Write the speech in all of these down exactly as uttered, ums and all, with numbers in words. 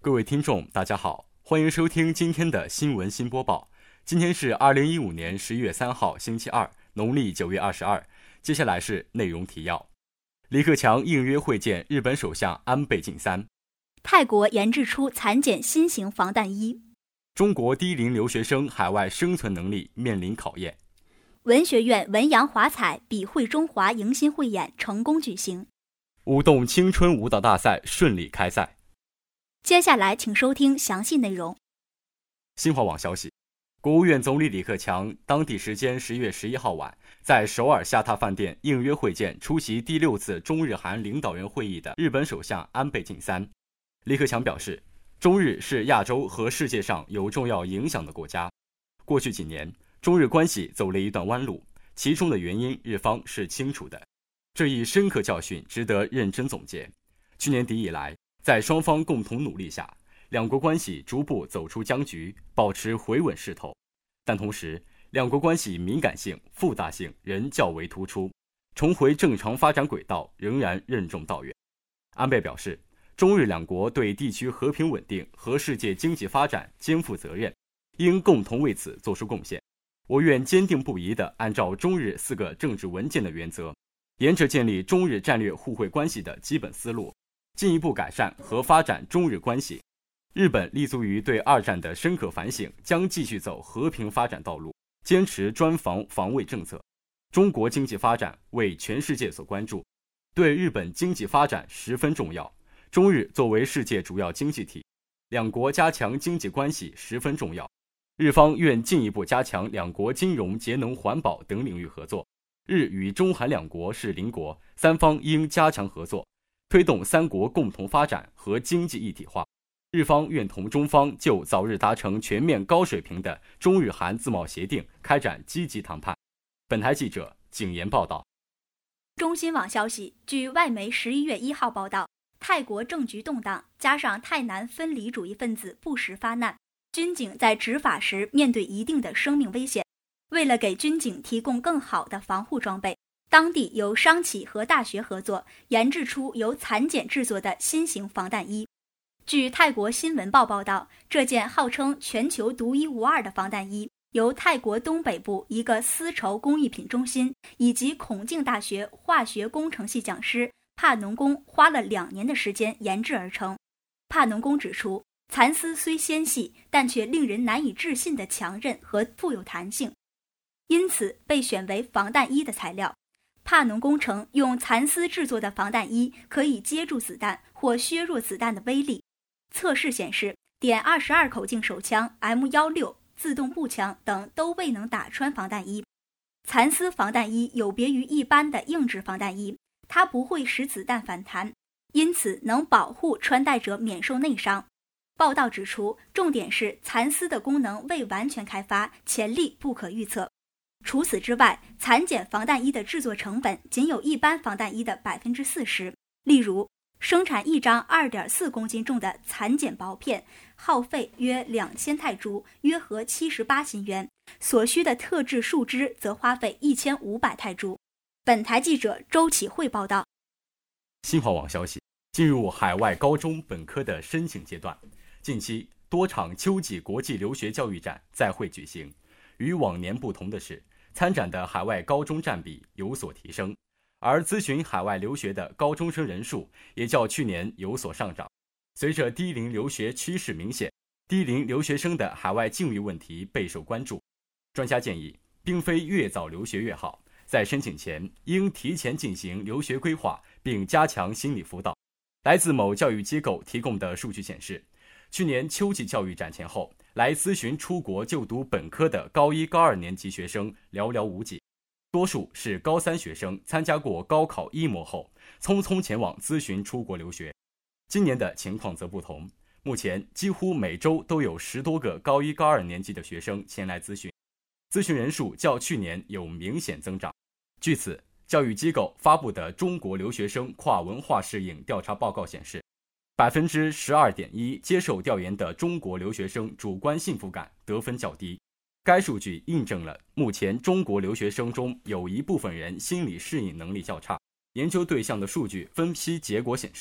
各位听众大家好，欢迎收听今天的新闻新播报。今天是二零一五年十一月三号星期二，农历九月二十二。接下来是内容提要。李克强应约会见日本首相安倍晋三。 泰国研制出残减新型防弹衣。 中国低龄留学生海外生存能力面临考验。 文学院文扬华彩笔绘中华迎新汇演成功举行。 舞动青春舞蹈大赛顺利开赛。 接下来请收听详细内容。 新华网消息，国务院总理李克强当地时间十月十一号晚在首尔下榻饭店应约会见出席第六次中日韩领导人会议的日本首相安倍晋三。李克强表示，中日是亚洲和世界上有重要影响的国家。过去几年，中日关系走了一段弯路，其中的原因日方是清楚的，这一深刻教训值得认真总结。去年底以来，在双方共同努力下，两国关系逐步走出僵局，保持回稳势头。但同时，两国关系敏感性、复杂性仍较为突出，重回正常发展轨道仍然任重道远。安倍表示，中日两国对地区和平稳定和世界经济发展肩负责任，应共同为此作出贡献。我愿坚定不移地按照中日四个政治文件的原则，沿着建立中日战略互惠关系的基本思路，进一步改善和发展中日关系。日本立足于对二战的深刻反省，将继续走和平发展道路，坚持专防防卫政策。中国经济发展为全世界所关注，对日本经济发展十分重要。中日作为世界主要经济体，两国加强经济关系十分重要。日方愿进一步加强两国金融、节能、环保等领域合作。日与中韩两国是邻国，三方应加强合作，推动三国共同发展和经济一体化。日方愿同中方就早日达成全面高水平的中日韩自贸协定开展积极谈判。本台记者景言报道。 中新网消息，据外媒十一月一号报道，泰国政局动荡，加上泰南分离主义分子不时发难，军警在执法时面对一定的生命危险。为了给军警提供更好的防护装备，当地由商企和大学合作研制出由蚕茧制作的新型防弹衣。据泰国新闻报报道，这件号称全球独一无二的防弹衣由泰国东北部一个丝绸工艺品中心以及孔敬大学化学工程系讲师帕农工花了两年的时间研制而成。帕农工指出，蚕丝虽纤细，但却令人难以置信的强韧和富有弹性，因此被选为防弹衣的材料。帕农工称，用蚕丝制作的防弹衣可以接住子弹或削弱子弹的威力。测试显示，点二十二口径手枪 M 十六 自动步枪等都未能打穿防弹衣。蚕丝防弹衣有别于一般的硬质防弹衣，它不会使子弹反弹，因此能保护穿戴者免受内伤。报道指出，重点是蚕丝的功能未完全开发，潜力不可预测。除此之外，蚕茧防弹衣的制作成本仅有一般防弹衣的 百分之四十。 例如，生产一张 二点四公斤重的蚕茧薄片，耗费约两千泰铢，约合七十八新元，所需的特制树枝则花费一千五百泰铢。本台记者周启慧报道。 新华网消息，进入海外高中本科的申请阶段，近期多场秋季国际留学教育展再会举行。与往年不同的是，参展的海外高中占比有所提升，而咨询海外留学的高中生人数也较去年有所上涨。随着低龄留学趋势明显，低龄留学生的海外境遇问题备受关注。专家建议，并非越早留学越好，在申请前应提前进行留学规划，并加强心理辅导。来自某教育机构提供的数据显示，去年秋季教育展前后，来咨询出国就读本科的高一、高二年级学生寥寥无几，多数是高三学生参加过高考一模后，匆匆前往咨询出国留学。今年的情况则不同，目前几乎每周都有十多个高一、高二年级的学生前来咨询，咨询人数较去年有明显增长。据此，教育机构发布的中国留学生跨文化适应调查报告显示，百分之十二点一接受调研的中国留学生主观幸福感得分较低。该数据印证了目前中国留学生中有一部分人心理适应能力较差。研究对象的数据分析结果显示，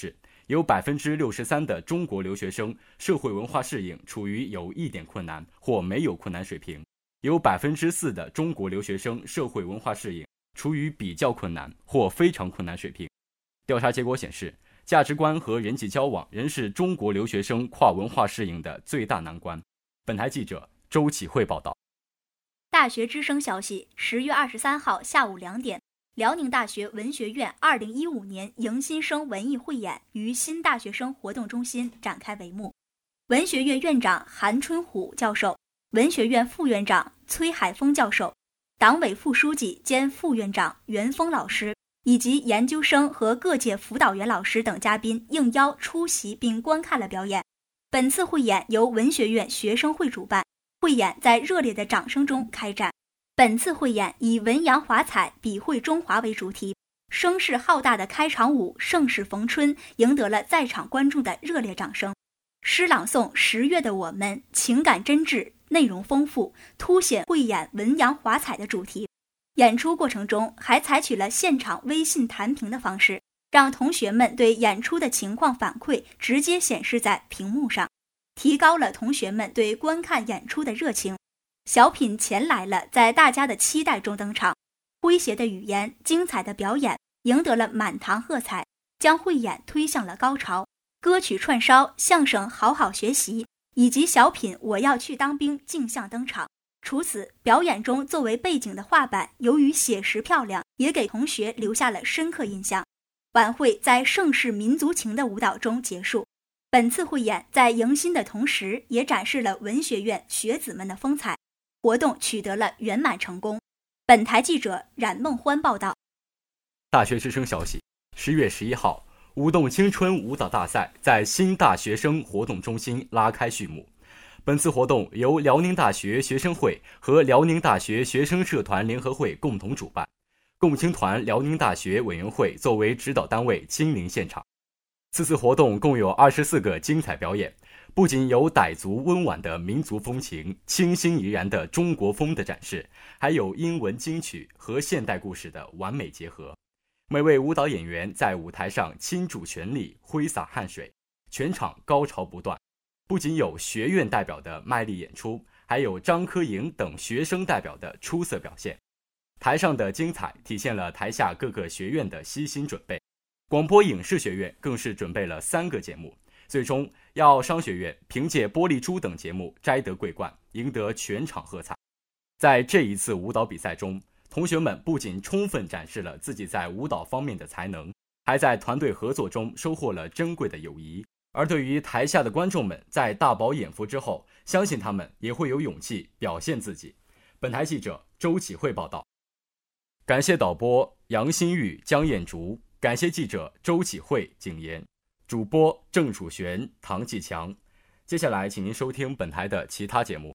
有 百分之六十三 的中国留学生社会文化适应处于有一点困难或没有困难水平，有 百分之四 的中国留学生社会文化适应处于比较困难或非常困难水平。调查结果显示，价值观和人际交往仍是中国留学生跨文化适应的最大难关。本台记者周启慧报道。 大学之声消息，十月二十三号下午两点，辽宁大学文学院二零一五年迎新生文艺汇演于新大学生活动中心展开帷幕。文学院院长韩春虎教授、文学院副院长崔海峰教授、党委副书记兼副院长袁峰老师以及研究生和各界辅导员老师等嘉宾应邀出席并观看了表演。本次汇演由文学院学生会主办，汇演在热烈的掌声中开展。本次汇演以文扬华彩，笔绘中华为主题，声势浩大的开场舞《盛世逢春》赢得了在场观众的热烈掌声。诗朗诵《十月的我们》情感真挚，内容丰富，凸显汇演文扬华彩的主题。演出过程中还采取了现场微信弹屏的方式，让同学们对演出的情况反馈直接显示在屏幕上，提高了同学们对观看演出的热情。小品《钱来了》在大家的期待中登场，诙谐的语言、精彩的表演赢得了满堂喝彩，将汇演推向了高潮。歌曲串烧、相声好好学习以及小品《我要去当兵》竞相登场。除此，表演中作为背景的画板由于写实漂亮，也给同学留下了深刻印象。晚会在盛世民族情的舞蹈中结束。本次汇演在迎新的同时，也展示了文学院学子们的风采，活动取得了圆满成功。本台记者冉梦欢报道。 大学之声消息，十月十一号，舞动青春舞蹈大赛在新大学生活动中心拉开序幕。本次活动由辽宁大学学生会和辽宁大学学生社团联合会共同主办，共青团辽宁大学委员会作为指导单位亲临现场。此次活动共有二十四个精彩表演，不仅有傣族温婉的民族风情、清新怡然的中国风的展示，还有英文金曲和现代故事的完美结合。每位舞蹈演员在舞台上倾注全力，挥洒汗水，全场高潮不断。不仅有学院代表的卖力演出，还有张科颖等学生代表的出色表现。台上的精彩体现了台下各个学院的悉心准备。广播影视学院更是准备了三个节目，最终药商学院凭借玻璃珠等节目摘得桂冠，赢得全场喝彩。在这一次舞蹈比赛中，同学们不仅充分展示了自己在舞蹈方面的才能，还在团队合作中收获了珍贵的友谊。而对于台下的观众们，在大饱眼福之后，相信他们也会有勇气表现自己。本台记者周启慧报道。感谢导播杨新玉、江艳竹，感谢记者周启慧、景言，主播郑楚璇、唐继强。接下来请您收听本台的其他节目。